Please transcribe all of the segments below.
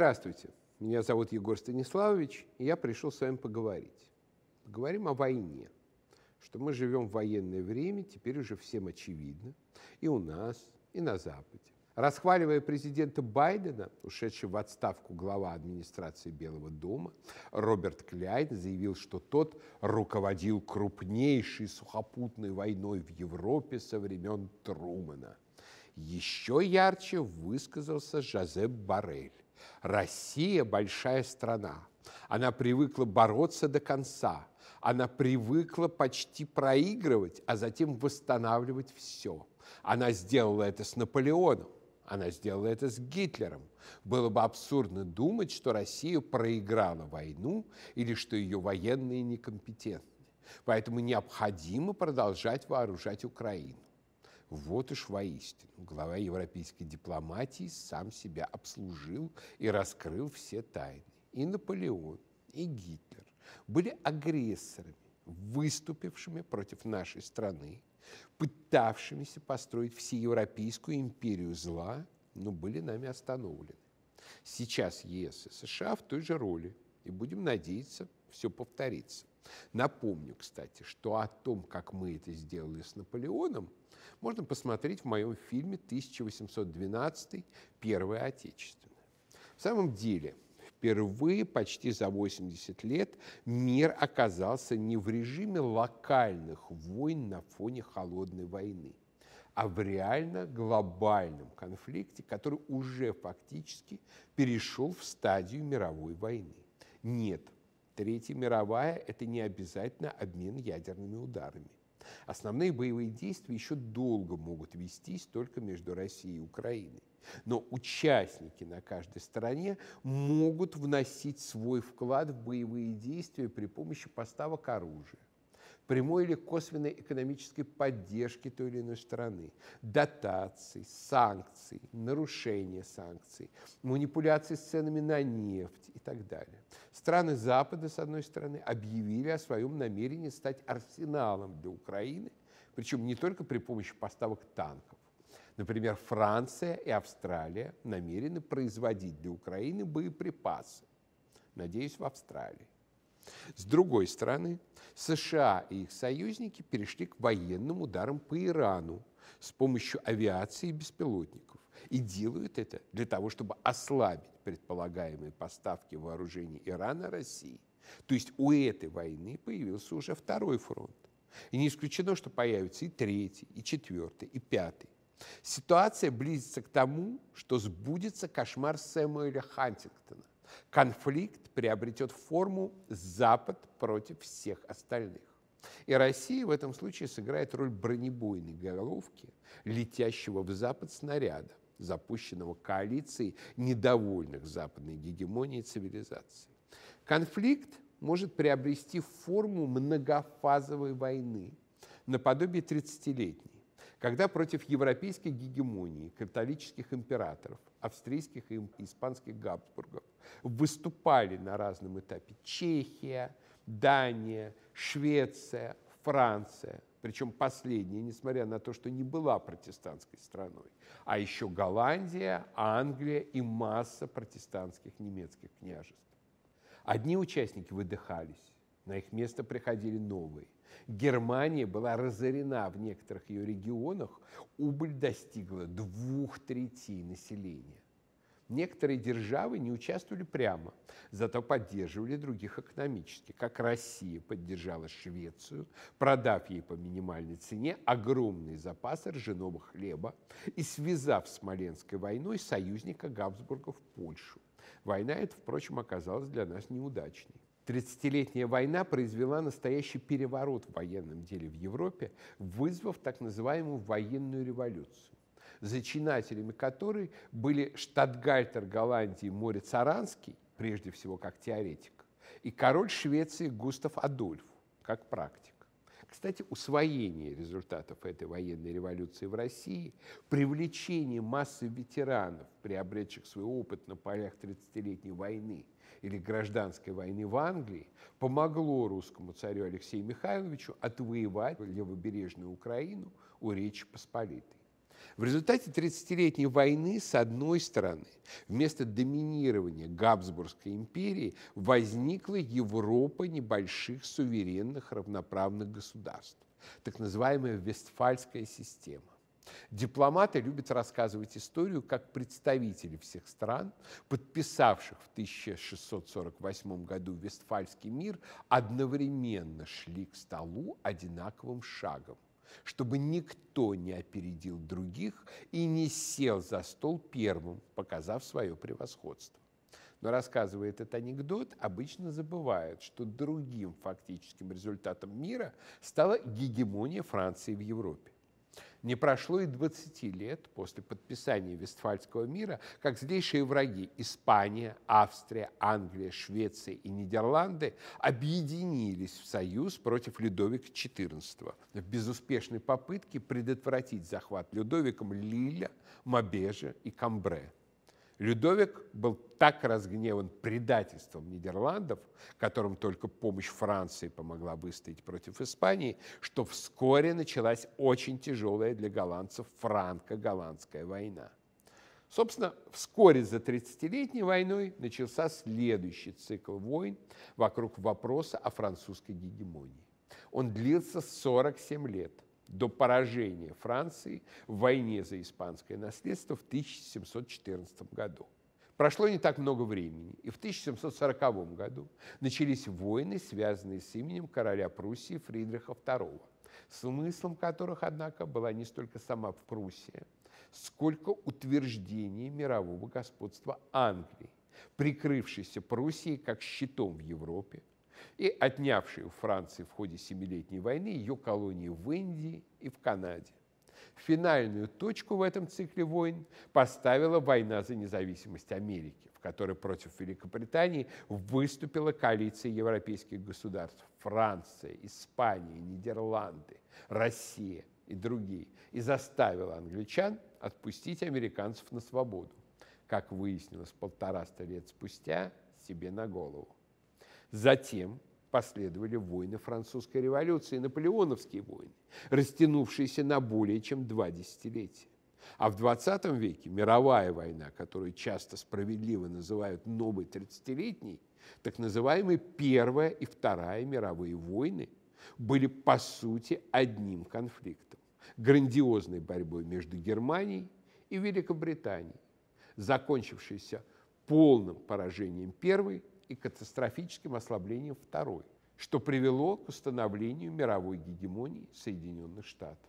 Здравствуйте, меня зовут Егор Станиславович, и я пришел с вами поговорить. Поговорим о войне. Что мы живем в военное время, теперь уже всем очевидно, и у нас, и на Западе. Расхваливая президента Байдена, ушедший в отставку глава администрации Белого дома, Роберт Кляйн заявил, что тот руководил крупнейшей сухопутной войной в Европе со времен Трумэна. Еще ярче высказался Жозеп Боррель. Россия – большая страна. Она привыкла бороться до конца. Она привыкла почти проигрывать, а затем восстанавливать все. Она сделала это с Наполеоном. Она сделала это с Гитлером. Было бы абсурдно думать, что Россия проиграла войну или что ее военные некомпетентны. Поэтому необходимо продолжать вооружать Украину. Вот уж воистину, глава европейской дипломатии сам себя обслужил и раскрыл все тайны. И Наполеон, и Гитлер были агрессорами, выступившими против нашей страны, пытавшимися построить всеевропейскую империю зла, но были нами остановлены. Сейчас ЕС и США в той же роли, и будем надеяться, все повторится. Напомню, кстати, что о том, как мы это сделали с Наполеоном, можно посмотреть в моем фильме «1812. Первая Отечественная». В самом деле, впервые почти за 80 лет мир оказался не в режиме локальных войн на фоне холодной войны, а в реально глобальном конфликте, который уже фактически перешел в стадию мировой войны. Нет, Третья мировая – это не обязательно обмен ядерными ударами. Основные боевые действия еще долго могут вестись только между Россией и Украиной. Но участники на каждой стороне могут вносить свой вклад в боевые действия при помощи поставок оружия, прямой или косвенной экономической поддержки той или иной стороны, дотаций, санкций, нарушения санкций, манипуляций с ценами на нефть и так далее. Страны Запада, с одной стороны, объявили о своем намерении стать арсеналом для Украины, причем не только при помощи поставок танков. Например, Франция и Австралия намерены производить для Украины боеприпасы, надеюсь, в Австралии. С другой стороны, США и их союзники перешли к военным ударам по Ирану с помощью авиации и беспилотников. И делают это для того, чтобы ослабить предполагаемые поставки вооружений Ирана России. То есть у этой войны появился уже второй фронт. И не исключено, что появится и третий, и четвертый, и пятый. Ситуация близится к тому, что сбудется кошмар Сэмюэля Хантингтона. Конфликт приобретет форму «Запад против всех остальных». И Россия в этом случае сыграет роль бронебойной головки, летящего в Запад снаряда, запущенного коалицией недовольных западной гегемонией цивилизаций. Конфликт может приобрести форму многофазовой войны, наподобие 30-летней, когда против европейской гегемонии католических императоров, австрийских и испанских Габсбургов выступали на разном этапе Чехия, Дания, Швеция, Франция, причем последняя, несмотря на то, что не была протестантской страной, а еще Голландия, Англия и масса протестантских немецких княжеств. Одни участники выдыхались, на их место приходили новые. Германия была разорена в некоторых ее регионах, убыль достигла 2/3 населения. Некоторые державы не участвовали прямо, зато поддерживали других экономически, как Россия поддержала Швецию, продав ей по минимальной цене огромные запасы ржаного хлеба и связав с Смоленской войной союзника Габсбургов Польшу. Война эта, впрочем, оказалась для нас неудачной. 30-летняя война произвела настоящий переворот в военном деле в Европе, вызвав так называемую военную революцию, зачинателями которой были штатгальтер Голландии Мориц Аранский, прежде всего как теоретик, и король Швеции Густав Адольф, как практик. Кстати, усвоение результатов этой военной революции в России, привлечение массы ветеранов, приобретших свой опыт на полях 30-летней войны или гражданской войны в Англии, помогло русскому царю Алексею Михайловичу отвоевать левобережную Украину у Речи Посполитой. В результате 30-летней войны, с одной стороны, вместо доминирования Габсбургской империи возникла Европа небольших суверенных равноправных государств, так называемая Вестфальская система. Дипломаты любят рассказывать историю как представители всех стран, подписавших в 1648 году Вестфальский мир, одновременно шли к столу одинаковым шагом, чтобы никто не опередил других и не сел за стол первым, показав свое превосходство. Но, рассказывая этот анекдот, обычно забывают, что другим фактическим результатом мира стала гегемония Франции в Европе. Не прошло и 20 лет после подписания Вестфальского мира, как злейшие враги Испания, Австрия, Англия, Швеция и Нидерланды объединились в союз против Людовика XIV в безуспешной попытке предотвратить захват Людовиком Лиля, Мабежа и Камбре. Людовик был так разгневан предательством Нидерландов, которым только помощь Франции помогла выстоять против Испании, что вскоре началась очень тяжелая для голландцев франко-голландская война. Собственно, вскоре за 30-летней войной начался следующий цикл войн вокруг вопроса о французской гегемонии. Он длился 47 лет, до поражения Франции в войне за испанское наследство в 1714 году. Прошло не так много времени, и в 1740 году начались войны, связанные с именем короля Пруссии Фридриха II, смыслом которых, однако, была не столько сама Пруссия, сколько утверждение мирового господства Англии, прикрывшейся Пруссией как щитом в Европе, и отнявшей у Франции в ходе Семилетней войны ее колонии в Индии и в Канаде. Финальную точку в этом цикле войн поставила война за независимость Америки, в которой против Великобритании выступила коалиция европейских государств – Франция, Испания, Нидерланды, Россия и другие, и заставила англичан отпустить американцев на свободу, как выяснилось 150 лет спустя, себе на голову. Затем последовали войны Французской революции и наполеоновские войны, растянувшиеся на более чем 2 десятилетия. А в 20 веке мировая война, которую часто справедливо называют новой 30-летней, так называемые Первая и Вторая мировые войны, были по сути одним конфликтом, грандиозной борьбой между Германией и Великобританией, закончившейся полным поражением первой и катастрофическим ослаблением второй, что привело к установлению мировой гегемонии Соединенных Штатов.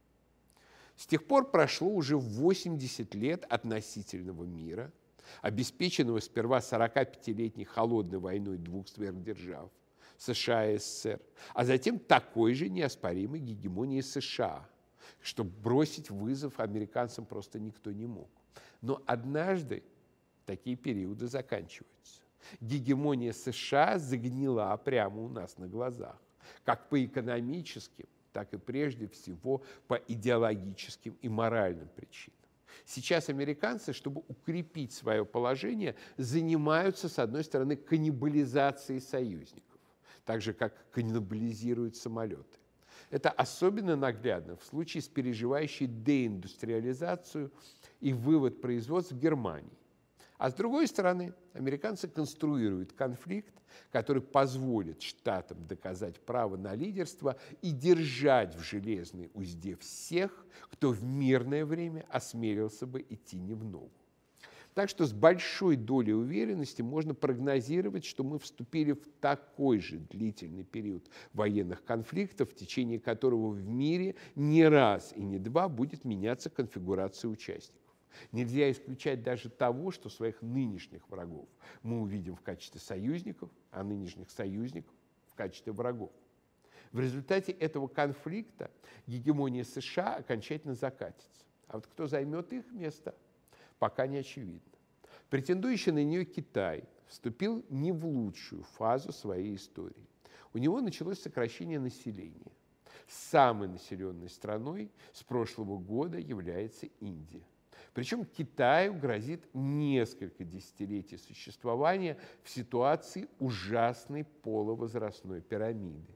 С тех пор прошло уже 80 лет относительного мира, обеспеченного сперва 45-летней холодной войной двух сверхдержав – США и СССР, а затем такой же неоспоримой гегемонии США, что бросить вызов американцам просто никто не мог. Но однажды такие периоды заканчиваются. Гегемония США загнила прямо у нас на глазах, как по экономическим, так и прежде всего по идеологическим и моральным причинам. Сейчас американцы, чтобы укрепить свое положение, занимаются, с одной стороны, каннибализацией союзников, так же, как каннибализируют самолеты. Это особенно наглядно в случае с переживающей деиндустриализацию и вывод производств в Германии. А с другой стороны, американцы конструируют конфликт, который позволит штатам доказать право на лидерство и держать в железной узде всех, кто в мирное время осмелился бы идти не в ногу. Так что с большой долей уверенности можно прогнозировать, что мы вступили в такой же длительный период военных конфликтов, в течение которого в мире не раз и не два будет меняться конфигурация участников. Нельзя исключать даже того, что своих нынешних врагов мы увидим в качестве союзников, а нынешних союзников в качестве врагов. В результате этого конфликта гегемония США окончательно закатится. А вот кто займет их место, пока не очевидно. Претендующий на нее Китай вступил не в лучшую фазу своей истории. У него началось сокращение населения. Самой населенной страной с прошлого года является Индия. Причем Китаю грозит несколько десятилетий существования в ситуации ужасной полувозрастной пирамиды,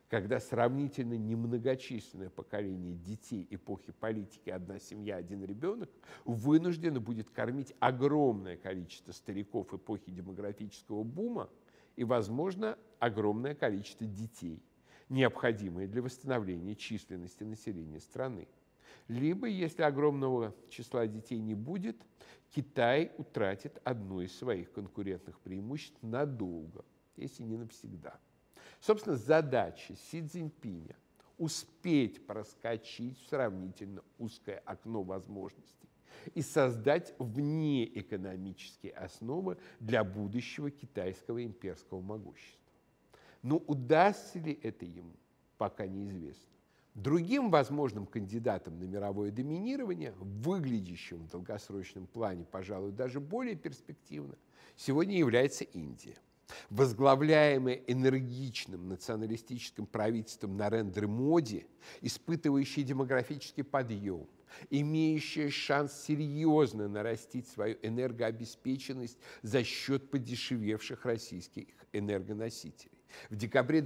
когда сравнительно немногочисленное поколение детей эпохи политики «одна семья, один ребенок» вынуждено будет кормить огромное количество стариков эпохи демографического бума и, возможно, огромное количество детей, необходимые для восстановления численности населения страны. Либо, если огромного числа детей не будет, Китай утратит одно из своих конкурентных преимуществ надолго, если не навсегда. Собственно, задача Си Цзиньпиня – успеть проскочить в сравнительно узкое окно возможностей и создать внеэкономические основы для будущего китайского имперского могущества. Но удастся ли это ему, пока неизвестно. Другим возможным кандидатом на мировое доминирование, выглядящим в долгосрочном плане, пожалуй, даже более перспективно, сегодня является Индия. Возглавляемая энергичным националистическим правительством Нарендры Моди, испытывающая демографический подъем, имеющая шанс серьезно нарастить свою энергообеспеченность за счет подешевевших российских энергоносителей. В декабре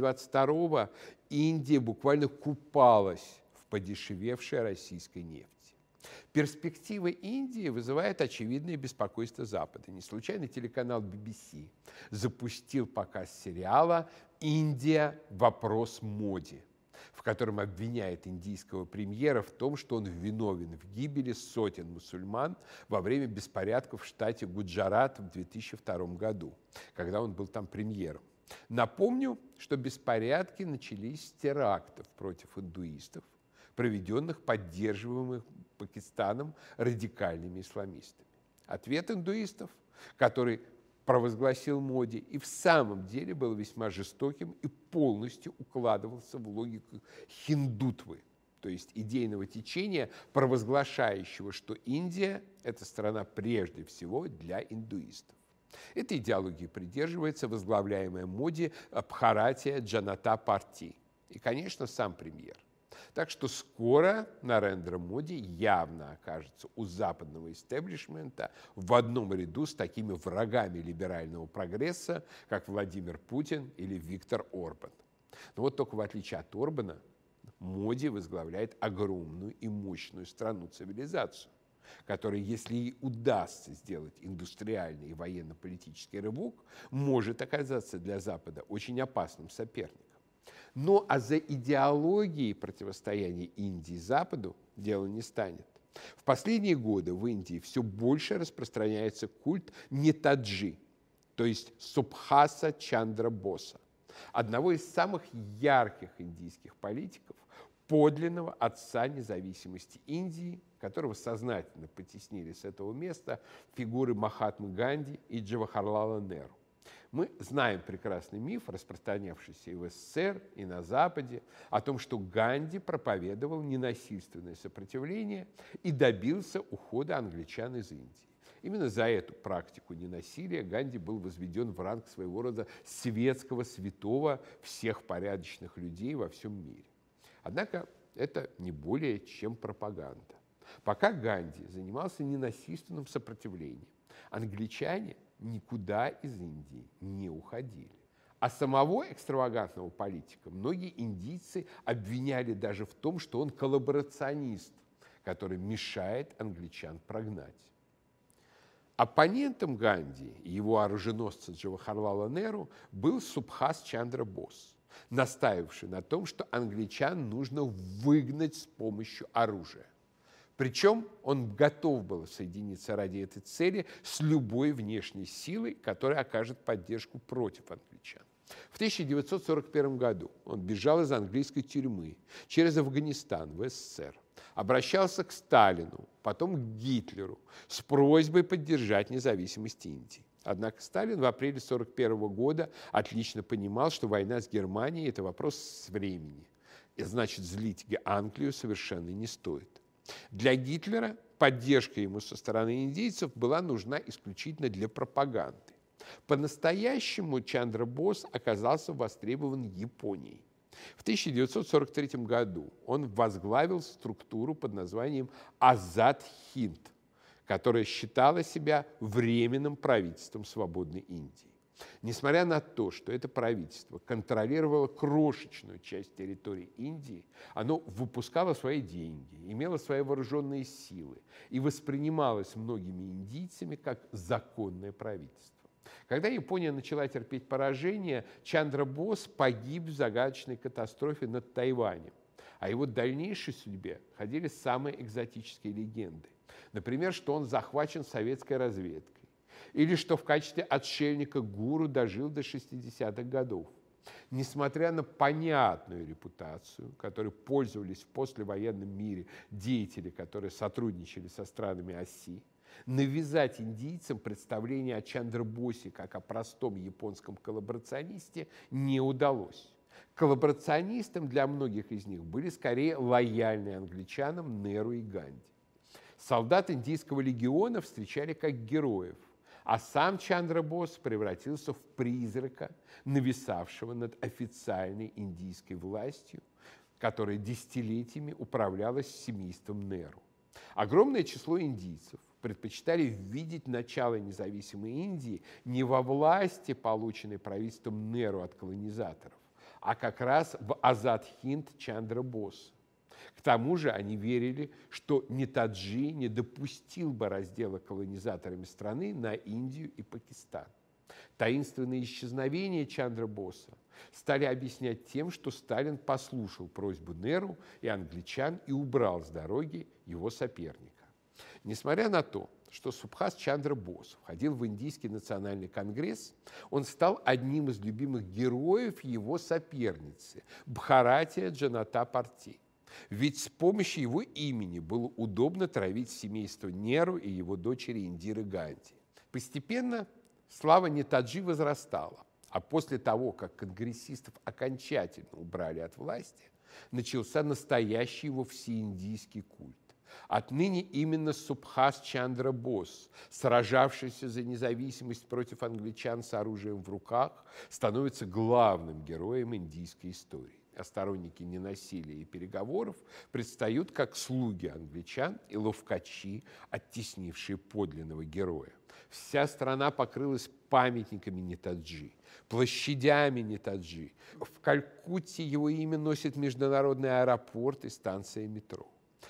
2022 Индия буквально купалась в подешевевшей российской нефти. Перспектива Индии вызывает очевидное беспокойство Запада. Не случайно телеканал BBC запустил показ сериала «Индия. Вопрос Моди», в котором обвиняет индийского премьера в том, что он виновен в гибели сотен мусульман во время беспорядков в штате Гуджарат в 2002 году, когда он был там премьером. Напомню, что беспорядки начались с терактов против индуистов, проведенных поддерживаемых Пакистаном радикальными исламистами. Ответ индуистов, который провозгласил Моди, и в самом деле был весьма жестоким и полностью укладывался в логику хиндутвы, то есть идейного течения, провозглашающего, что Индия – это страна прежде всего для индуистов. Этой идеологии придерживается возглавляемая Моди Бхаратия Джаната Парти и, конечно, сам премьер. Так что скоро Нарендра Моди явно окажется у западного истеблишмента в одном ряду с такими врагами либерального прогресса, как Владимир Путин или Виктор Орбан. Но вот только в отличие от Орбана, Моди возглавляет огромную и мощную страну-цивилизацию, которая, если ей удастся сделать индустриальный и военно-политический рывок, может оказаться для Запада очень опасным соперником. Но а за идеологией противостояния Индии Западу дело не станет. В последние годы в Индии все больше распространяется культ Нетаджи, то есть Субхаса Чандра Боса, одного из самых ярких индийских политиков, подлинного отца независимости Индии, которого сознательно потеснили с этого места фигуры Махатмы Ганди и Джавахарлала Неру. Мы знаем прекрасный миф, распространявшийся и в СССР, и на Западе, о том, что Ганди проповедовал ненасильственное сопротивление и добился ухода англичан из Индии. Именно за эту практику ненасилия Ганди был возведен в ранг своего рода светского святого всех порядочных людей во всем мире. Однако это не более чем пропаганда. Пока Ганди занимался ненасильственным сопротивлением, англичане никуда из Индии не уходили. А самого экстравагантного политика многие индийцы обвиняли даже в том, что он коллаборационист, который мешает англичан прогнать. Оппонентом Ганди и его оруженосца Джавахарлала Неру был Субхас Чандра Бос, настаивавший на том, что англичан нужно выгнать с помощью оружия. Причем он готов был соединиться ради этой цели с любой внешней силой, которая окажет поддержку против англичан. В 1941 году он бежал из английской тюрьмы через Афганистан в СССР, обращался к Сталину, потом к Гитлеру с просьбой поддержать независимость Индии. Однако Сталин в апреле 1941 года отлично понимал, что война с Германией – это вопрос времени, и значит, злить Англию совершенно не стоит. Для Гитлера поддержка ему со стороны индийцев была нужна исключительно для пропаганды. По-настоящему Чандра Бос оказался востребован Японией. В 1943 году он возглавил структуру под названием Азад-Хинд, которая считала себя временным правительством свободной Индии. Несмотря на то, что это правительство контролировало крошечную часть территории Индии, оно выпускало свои деньги, имело свои вооруженные силы и воспринималось многими индийцами как законное правительство. Когда Япония начала терпеть поражение, Чандра Бос погиб в загадочной катастрофе над Тайванем. О его дальнейшей судьбе ходили самые экзотические легенды. Например, что он захвачен советской разведкой, или что в качестве отшельника гуру дожил до 60-х годов. Несмотря на понятную репутацию, которой пользовались в послевоенном мире деятели, которые сотрудничали со странами оси, навязать индийцам представление о Чандра Босе как о простом японском коллаборационисте не удалось. Коллаборационистом для многих из них были скорее лояльные англичанам Неру и Ганди. Солдат индийского легиона встречали как героев, а сам Чандра Бос превратился в призрака, нависавшего над официальной индийской властью, которая десятилетиями управлялась семейством Неру. Огромное число индийцев предпочитали видеть начало независимой Индии не во власти, полученной правительством Неру от колонизаторов, а как раз в Азад-Хинд Чандра Боса. К тому же они верили, что Нетаджи не допустил бы раздела колонизаторами страны на Индию и Пакистан. Таинственное исчезновение Чандра Боса стали объяснять тем, что Сталин послушал просьбу Неру и англичан и убрал с дороги его соперника. Несмотря на то, что Субхас Чандра Бос входил в Индийский национальный конгресс, он стал одним из любимых героев его соперницы Бхаратия Джаната Парти. Ведь с помощью его имени было удобно травить семейство Неру и его дочери Индиры Ганди. Постепенно слава Нетаджи возрастала, а после того, как конгрессистов окончательно убрали от власти, начался настоящий его всеиндийский культ. Отныне именно Субхас Чандра Бос, сражавшийся за независимость против англичан с оружием в руках, становится главным героем индийской истории. А сторонники ненасилия и переговоров предстают как слуги англичан и ловкачи, оттеснившие подлинного героя. Вся страна покрылась памятниками Нетаджи, площадями Нетаджи. В Калькутте его имя носит международный аэропорт и станция метро.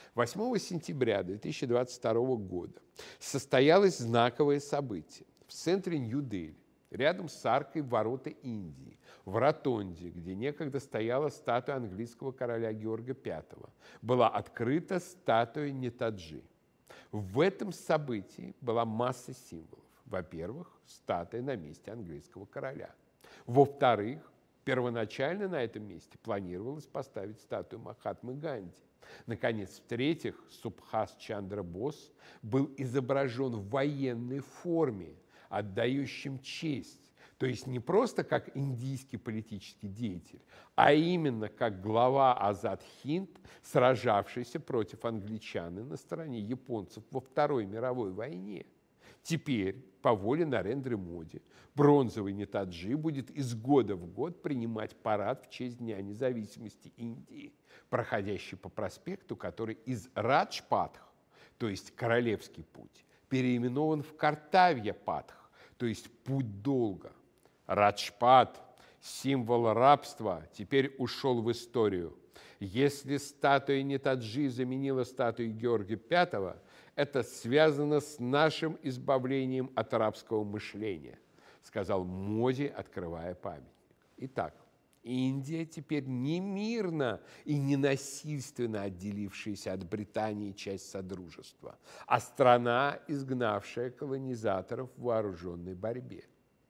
8 сентября 2022 года состоялось знаковое событие в центре Нью-Дели, рядом с аркой Ворота Индии, в Ротонде, где некогда стояла статуя английского короля Георга V, была открыта статуя Нетаджи. В этом событии была масса символов. Во-первых, статуя на месте английского короля. Во-вторых, первоначально на этом месте планировалось поставить статую Махатмы Ганди. Наконец, в-третьих, Субхас Чандра Бос был изображен в военной форме, отдающим честь, то есть не просто как индийский политический деятель, а именно как глава Азад-Хинд, сражавшийся против англичан и на стороне японцев во Второй мировой войне. Теперь, по воле Нарендры Моди, бронзовый Нетаджи будет из года в год принимать парад в честь Дня независимости Индии, проходящий по проспекту, который из Раджпатх, то есть Королевский путь, переименован в Картавья-Патх, то есть Путь долга. Раджпат, символ рабства, теперь ушел в историю. Если статуя Нетаджи заменила статую Георгия V, это связано с нашим избавлением от рабского мышления, сказал Моди, открывая памятник. Итак, Индия теперь не мирно и не насильственно отделившаяся от Британии часть Содружества, а страна, изгнавшая колонизаторов в вооруженной борьбе.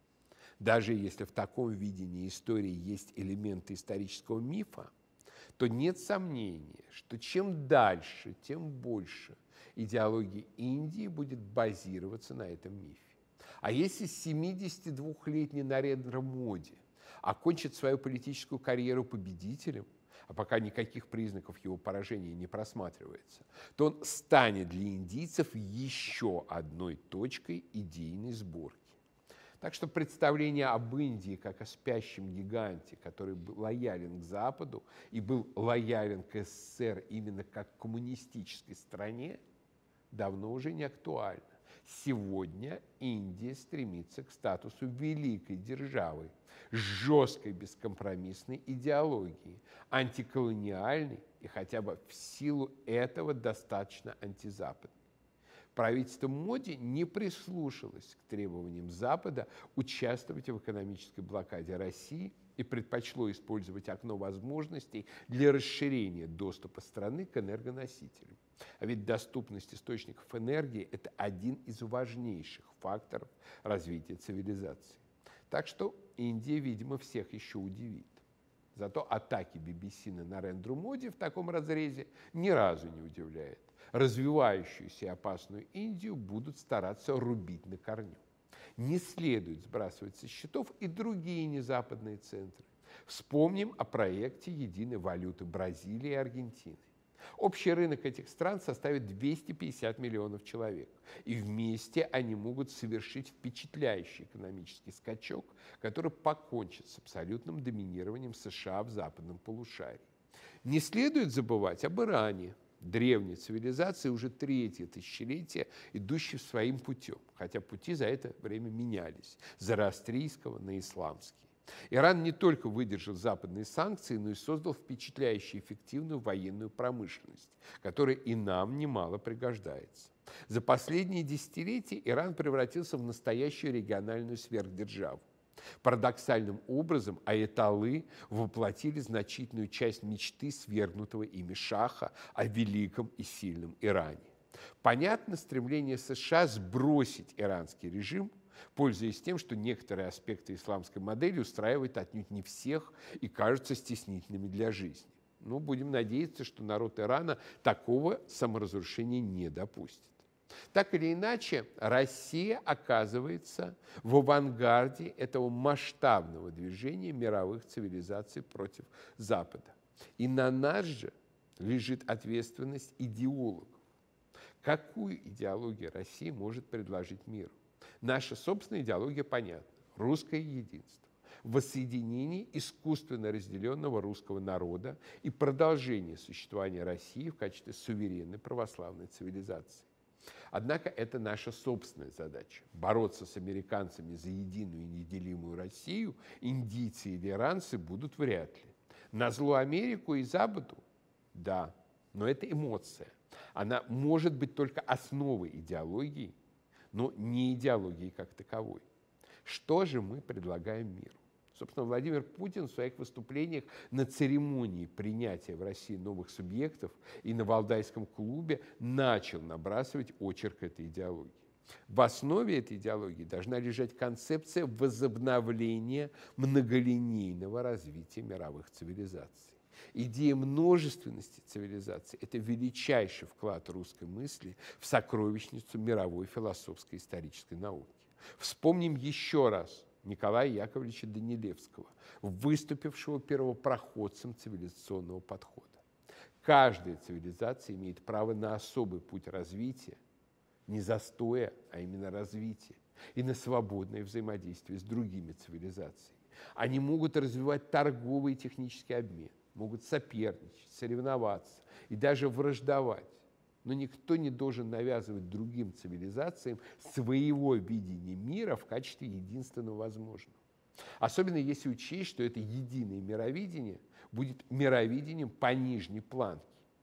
Даже если в таком видении истории есть элементы исторического мифа, то нет сомнения, что чем дальше, тем больше идеология Индии будет базироваться на этом мифе. А если 72-летний Нарендра Моди окончит свою политическую карьеру победителем, а пока никаких признаков его поражения не просматривается, то он станет для индийцев еще одной точкой идейной сборки. Так что представление об Индии как о спящем гиганте, который был лоялен к Западу и был лоялен к СССР именно как к коммунистической стране, давно уже не актуально. Сегодня Индия стремится к статусу великой державы с жесткой бескомпромиссной идеологией, антиколониальной и хотя бы в силу этого достаточно антизападной. Правительство Моди не прислушалось к требованиям Запада участвовать в экономической блокаде России и предпочло использовать окно возможностей для расширения доступа страны к энергоносителям. А ведь доступность источников энергии – это один из важнейших факторов развития цивилизации. Так что Индия, видимо, всех еще удивит. Зато атаки BBC на Нарендру Моди в таком разрезе ни разу не удивляет. Развивающуюся и опасную Индию будут стараться рубить на корню. Не следует сбрасывать со счетов и другие незападные центры. Вспомним о проекте единой валюты Бразилии и Аргентины. Общий рынок этих стран составит 250 миллионов человек, и вместе они могут совершить впечатляющий экономический скачок, который покончит с абсолютным доминированием США в западном полушарии. Не следует забывать об Иране, древней цивилизации, уже третье тысячелетие, идущей своим путем, хотя пути за это время менялись, с зороастрийского на исламский. Иран не только выдержал западные санкции, но и создал впечатляюще эффективную военную промышленность, которая и нам немало пригождается. За последние десятилетия Иран превратился в настоящую региональную сверхдержаву. Парадоксальным образом аятоллы воплотили значительную часть мечты свергнутого ими шаха о великом и сильном Иране. Понятно стремление США сбросить иранский режим, пользуясь тем, что некоторые аспекты исламской модели устраивают отнюдь не всех и кажутся стеснительными для жизни. Но будем надеяться, что народ Ирана такого саморазрушения не допустит. Так или иначе, Россия оказывается в авангарде этого масштабного движения мировых цивилизаций против Запада. И на нас же лежит ответственность идеологов. Какую идеологию Россия может предложить миру? Наша собственная идеология понятна – русское единство, воссоединение искусственно разделенного русского народа и продолжение существования России в качестве суверенной православной цивилизации. Однако это наша собственная задача. Бороться с американцами за единую и неделимую Россию индийцы или иранцы будут вряд ли. Назло Америку и Западу? Да, но это эмоция. Она может быть только основой идеологии, но не идеологией как таковой. Что же мы предлагаем миру? Собственно, Владимир Путин в своих выступлениях на церемонии принятия в России новых субъектов и на Валдайском клубе начал набрасывать очерк этой идеологии. В основе этой идеологии должна лежать концепция возобновления многолинейного развития мировых цивилизаций. Идея множественности цивилизаций – это величайший вклад русской мысли в сокровищницу мировой философской и исторической науки. Вспомним еще раз Николая Яковлевича Данилевского, выступившего первопроходцем цивилизационного подхода. Каждая цивилизация имеет право на особый путь развития, не застоя, а именно развития, и на свободное взаимодействие с другими цивилизациями. Они могут развивать торговый и технический обмен, могут соперничать, соревноваться и даже враждовать. Но никто не должен навязывать другим цивилизациям своего видения мира в качестве единственного возможного. Особенно если учесть, что это единое мировидение будет мировидением по нижней планке.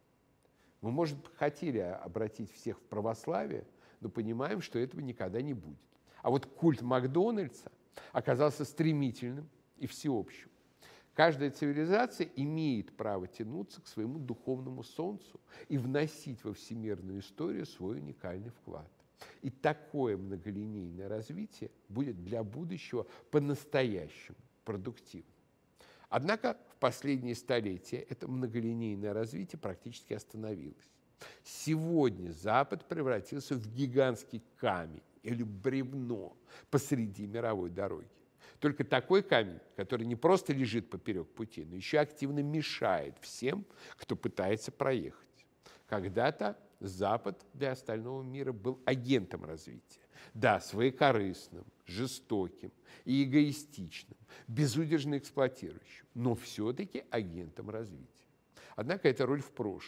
Мы, может, хотели обратить всех в православие, но понимаем, что этого никогда не будет. А вот культ Макдональдса оказался стремительным и всеобщим. Каждая цивилизация имеет право тянуться к своему духовному солнцу и вносить во всемирную историю свой уникальный вклад. И такое многолинейное развитие будет для будущего по-настоящему продуктивным. Однако в последние столетия это многолинейное развитие практически остановилось. Сегодня Запад превратился в гигантский камень или бревно посреди мировой дороги. Только такой камень, который не просто лежит поперек пути, но еще активно мешает всем, кто пытается проехать. Когда-то Запад для остального мира был агентом развития. Да, своекорыстным, жестоким и эгоистичным, безудержно эксплуатирующим, но все-таки агентом развития. Однако эта роль в прошлом.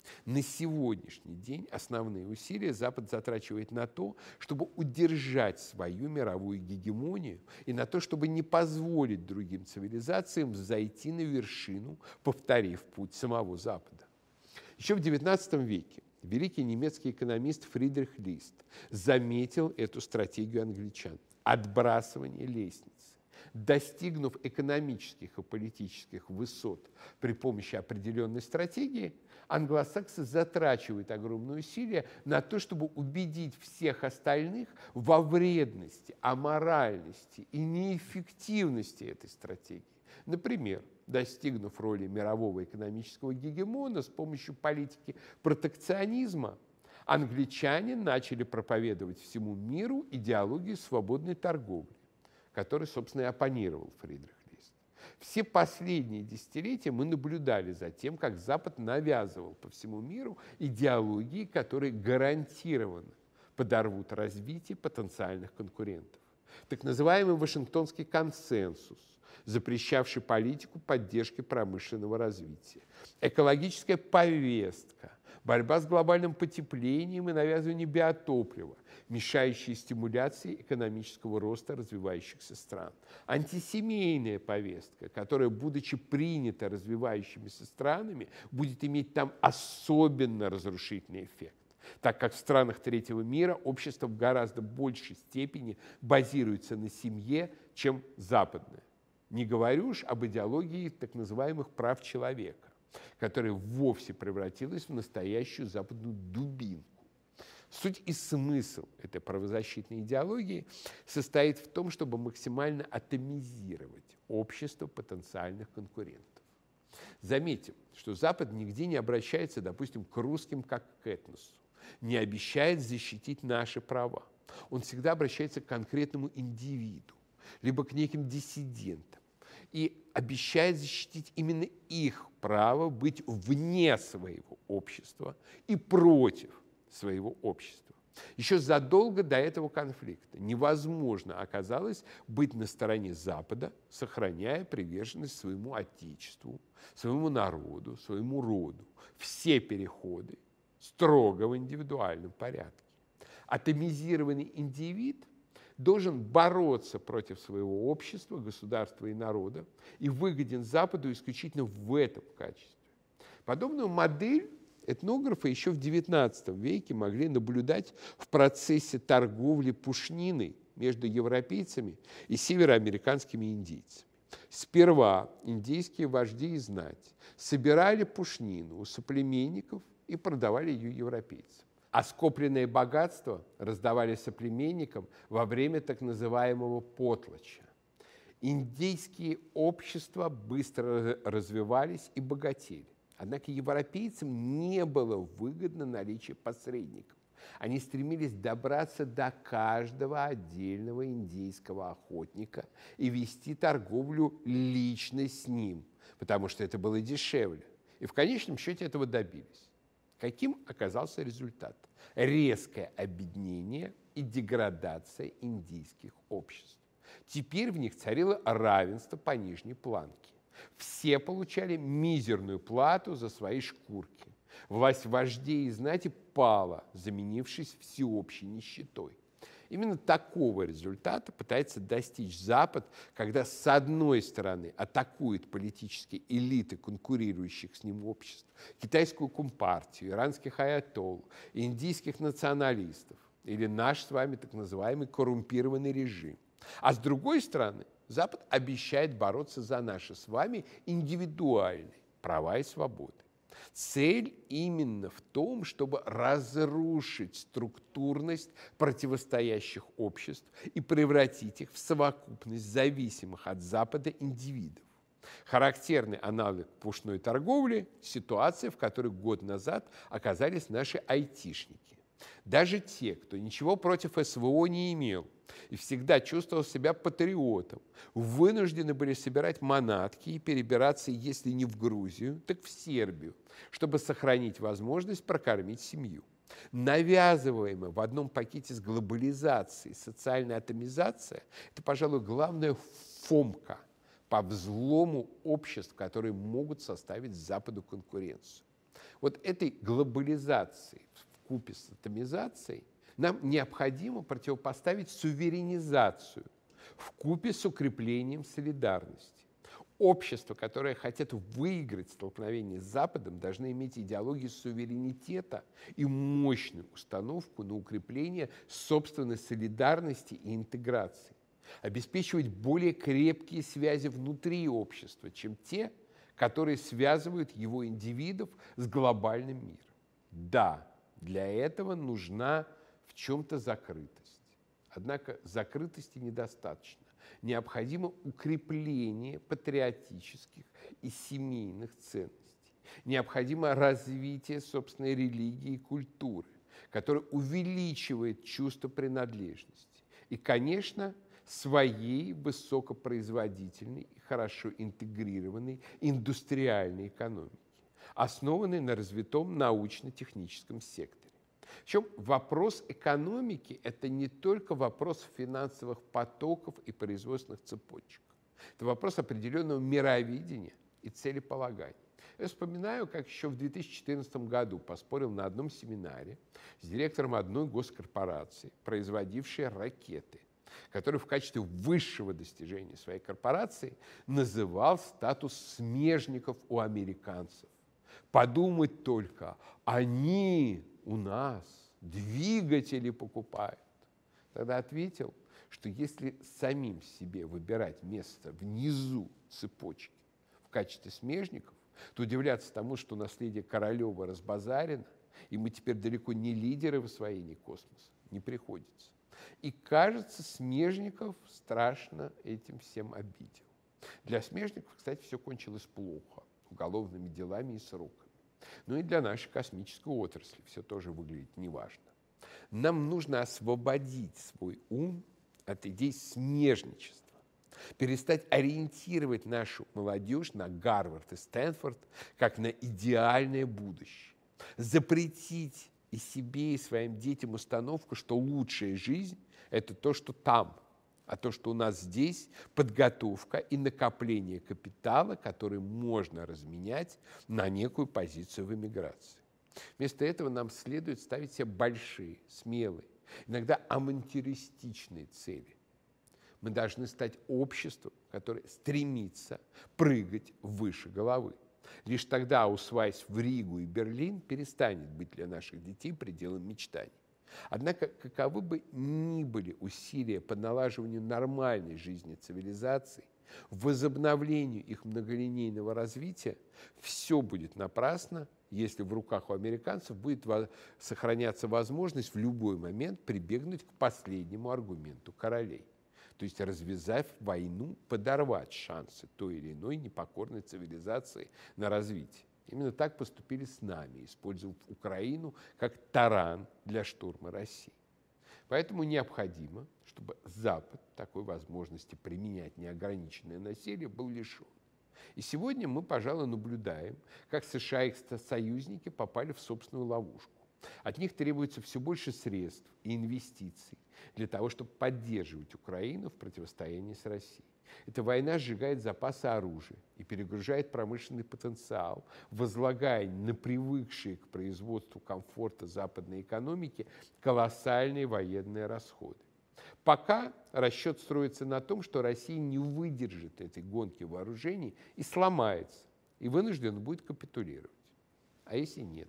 На сегодняшний день основные усилия Запад затрачивает на то, чтобы удержать свою мировую гегемонию и на то, чтобы не позволить другим цивилизациям зайти на вершину, повторив путь самого Запада. Еще в XIX веке великий немецкий экономист Фридрих Лист заметил эту стратегию англичан – отбрасывание лестницы. Достигнув экономических и политических высот при помощи определенной стратегии, англосаксы затрачивают огромные усилия на то, чтобы убедить всех остальных во вредности, аморальности и неэффективности этой стратегии. Например, достигнув роли мирового экономического гегемона с помощью политики протекционизма, англичане начали проповедовать всему миру идеологию свободной торговли, которой, собственно, и оппонировал Фридрих Лист. Все последние десятилетия мы наблюдали за тем, как Запад навязывал по всему миру идеологии, которые гарантированно подорвут развитие потенциальных конкурентов. Так называемый Вашингтонский консенсус, запрещавший политику поддержки промышленного развития, экологическая повестка, борьба с глобальным потеплением и навязывание биотоплива, мешающие стимуляции экономического роста развивающихся стран. Антисемейная повестка, которая, будучи принята развивающимися странами, будет иметь там особенно разрушительный эффект, так как в странах третьего мира общество в гораздо большей степени базируется на семье, чем западное. Не говорю уж об идеологии так называемых прав человека, которая вовсе превратилась в настоящую западную дубинку. Суть и смысл этой правозащитной идеологии состоит в том, чтобы максимально атомизировать общество потенциальных конкурентов. Заметим, что Запад нигде не обращается, допустим, к русским как к этносу, не обещает защитить наши права. Он всегда обращается к конкретному индивиду, либо к неким диссидентам, и обещает защитить именно их право быть вне своего общества и против своего общества. Еще задолго до этого конфликта невозможно оказалось быть на стороне Запада, сохраняя приверженность своему отечеству, своему народу, своему роду. Все переходы строго в индивидуальном порядке. Атомизированный индивид должен бороться против своего общества, государства и народа и выгоден Западу исключительно в этом качестве. Подобную модель этнографы еще в XIX веке могли наблюдать в процессе торговли пушниной между европейцами и североамериканскими индейцами. Сперва индейские вожди и знать собирали пушнину у соплеменников и продавали ее европейцам, а скопленное богатство раздавали соплеменникам во время так называемого потлача. Индейские общества быстро развивались и богатели. Однако европейцам не было выгодно наличие посредников. Они стремились добраться до каждого отдельного индейского охотника и вести торговлю лично с ним, потому что это было дешевле. И в конечном счете этого добились. Каким оказался результат? Резкое обеднение и деградация индейских обществ. Теперь в них царило равенство по нижней планке. Все получали мизерную плату за свои шкурки. Власть вождей и знати пала, заменившись всеобщей нищетой. Именно такого результата пытается достичь Запад, когда с одной стороны атакует политические элиты конкурирующих с ним обществ, китайскую компартию, иранских аятолл, индийских националистов или наш с вами так называемый коррумпированный режим. А с другой стороны, Запад обещает бороться за наши с вами индивидуальные права и свободы. Цель именно в том, чтобы разрушить структурность противостоящих обществ и превратить их в совокупность зависимых от Запада индивидов. Характерный аналог пушной торговли – ситуация, в которой год назад оказались наши айтишники. Даже те, кто ничего против СВО не имел и всегда чувствовал себя патриотом, вынуждены были собирать манатки и перебираться, если не в Грузию, так в Сербию, чтобы сохранить возможность прокормить семью. Навязываемая в одном пакете с глобализацией социальная атомизация – это, пожалуй, главная фомка по взлому обществ, которые могут составить Западу конкуренцию. вот этой глобализации вкупе с атомизацией нам необходимо противопоставить суверенизацию вкупе с укреплением солидарности. Общества, которые хотят выиграть столкновение с Западом, должны иметь идеологию суверенитета и мощную установку на укрепление собственной солидарности и интеграции, обеспечивать более крепкие связи внутри общества, чем те, которые связывают его индивидов с глобальным миром. Да, для этого нужна в чем-то закрытость. Однако закрытости недостаточно. Необходимо укрепление патриотических и семейных ценностей. Необходимо развитие собственной религии и культуры, которая увеличивает чувство принадлежности. И, конечно, своей высокопроизводительной и хорошо интегрированной индустриальной экономики, основанной на развитом научно-техническом секторе. Причем вопрос экономики – это не только вопрос финансовых потоков и производственных цепочек. Это вопрос определенного мировидения и целеполагания. Я вспоминаю, как еще в 2014 году поспорил на одном семинаре с директором одной госкорпорации, производившей ракеты, который в качестве высшего достижения своей корпорации называл статус смежников у американцев. Подумать только, они у нас двигатели покупают. Тогда ответил, что если самим себе выбирать место внизу цепочки в качестве смежников, то удивляться тому, что наследие Королева разбазарено, и мы теперь далеко не лидеры в освоении космоса, не приходится. И, кажется, Смежников страшно этим всем обидел. Для Смежников, кстати, все кончилось плохо, уголовными делами и сроками. Ну и для нашей космической отрасли все тоже выглядит неважно. Нам нужно освободить свой ум от идей смежничества, перестать ориентировать нашу молодежь на Гарвард и Стэнфорд как на идеальное будущее, запретить и себе, и своим детям установку, что лучшая жизнь – это то, что там, а то, что у нас здесь – подготовка и накопление капитала, который можно разменять на некую позицию в эмиграции. Вместо этого нам следует ставить себе большие, смелые, иногда авантюристичные цели. Мы должны стать обществом, которое стремится прыгать выше головы. Лишь тогда, усваиваясь в Ригу и Берлин, перестанет быть для наших детей пределом мечтаний. Однако, каковы бы ни были усилия по налаживанию нормальной жизни цивилизаций, возобновлению их многолинейного развития, все будет напрасно, если в руках у американцев будет сохраняться возможность в любой момент прибегнуть к последнему аргументу королей. То есть, развязав войну, подорвать шансы той или иной непокорной цивилизации на развитие. Именно так поступили с нами, использовав Украину как таран для штурма России. Поэтому необходимо, чтобы Запад такой возможности применять неограниченное насилие был лишен. И сегодня мы, пожалуй, наблюдаем, как США и их союзники попали в собственную ловушку. От них требуется все больше средств и инвестиций для того, чтобы поддерживать Украину в противостоянии с Россией. Эта война сжигает запасы оружия и перегружает промышленный потенциал, возлагая на привыкшие к производству комфорта западной экономики колоссальные военные расходы. Пока расчет строится на том, что Россия не выдержит этой гонки вооружений и сломается, и вынуждена будет капитулировать. А если нет?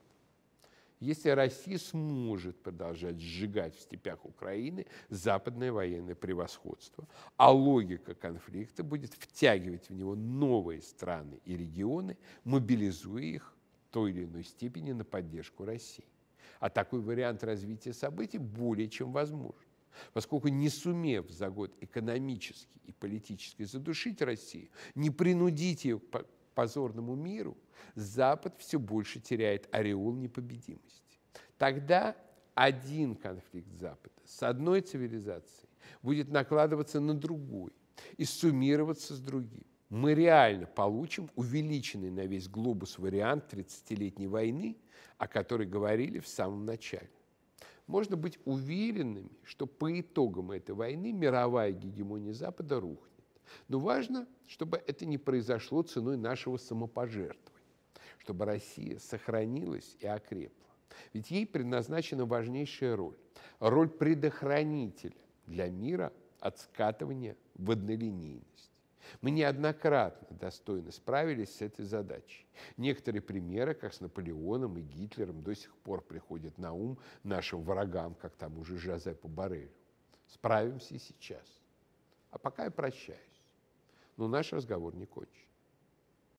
Если Россия сможет продолжать сжигать в степях Украины западное военное превосходство, а логика конфликта будет втягивать в него новые страны и регионы, мобилизуя их в той или иной степени на поддержку России. А такой вариант развития событий более чем возможен, поскольку, не сумев за год экономически и политически задушить Россию, не принудить ее к позорному миру, Запад все больше теряет ореол непобедимости. Тогда один конфликт Запада с одной цивилизацией будет накладываться на другой и суммироваться с другим. Мы реально получим увеличенный на весь глобус вариант 30-летней войны, о которой говорили в самом начале. Можно быть уверенными, что по итогам этой войны мировая гегемония Запада рухнет. Но важно, чтобы это не произошло ценой нашего самопожертвования, чтобы Россия сохранилась и окрепла. Ведь ей предназначена важнейшая роль – роль предохранителя для мира от скатывания в однолинейность. Мы неоднократно достойно справились с этой задачей. Некоторые примеры, как с Наполеоном и Гитлером, до сих пор приходят на ум нашим врагам, как тому же Жозепу Борреллю. Справимся и сейчас. А пока я прощаюсь. Но наш разговор не кончен.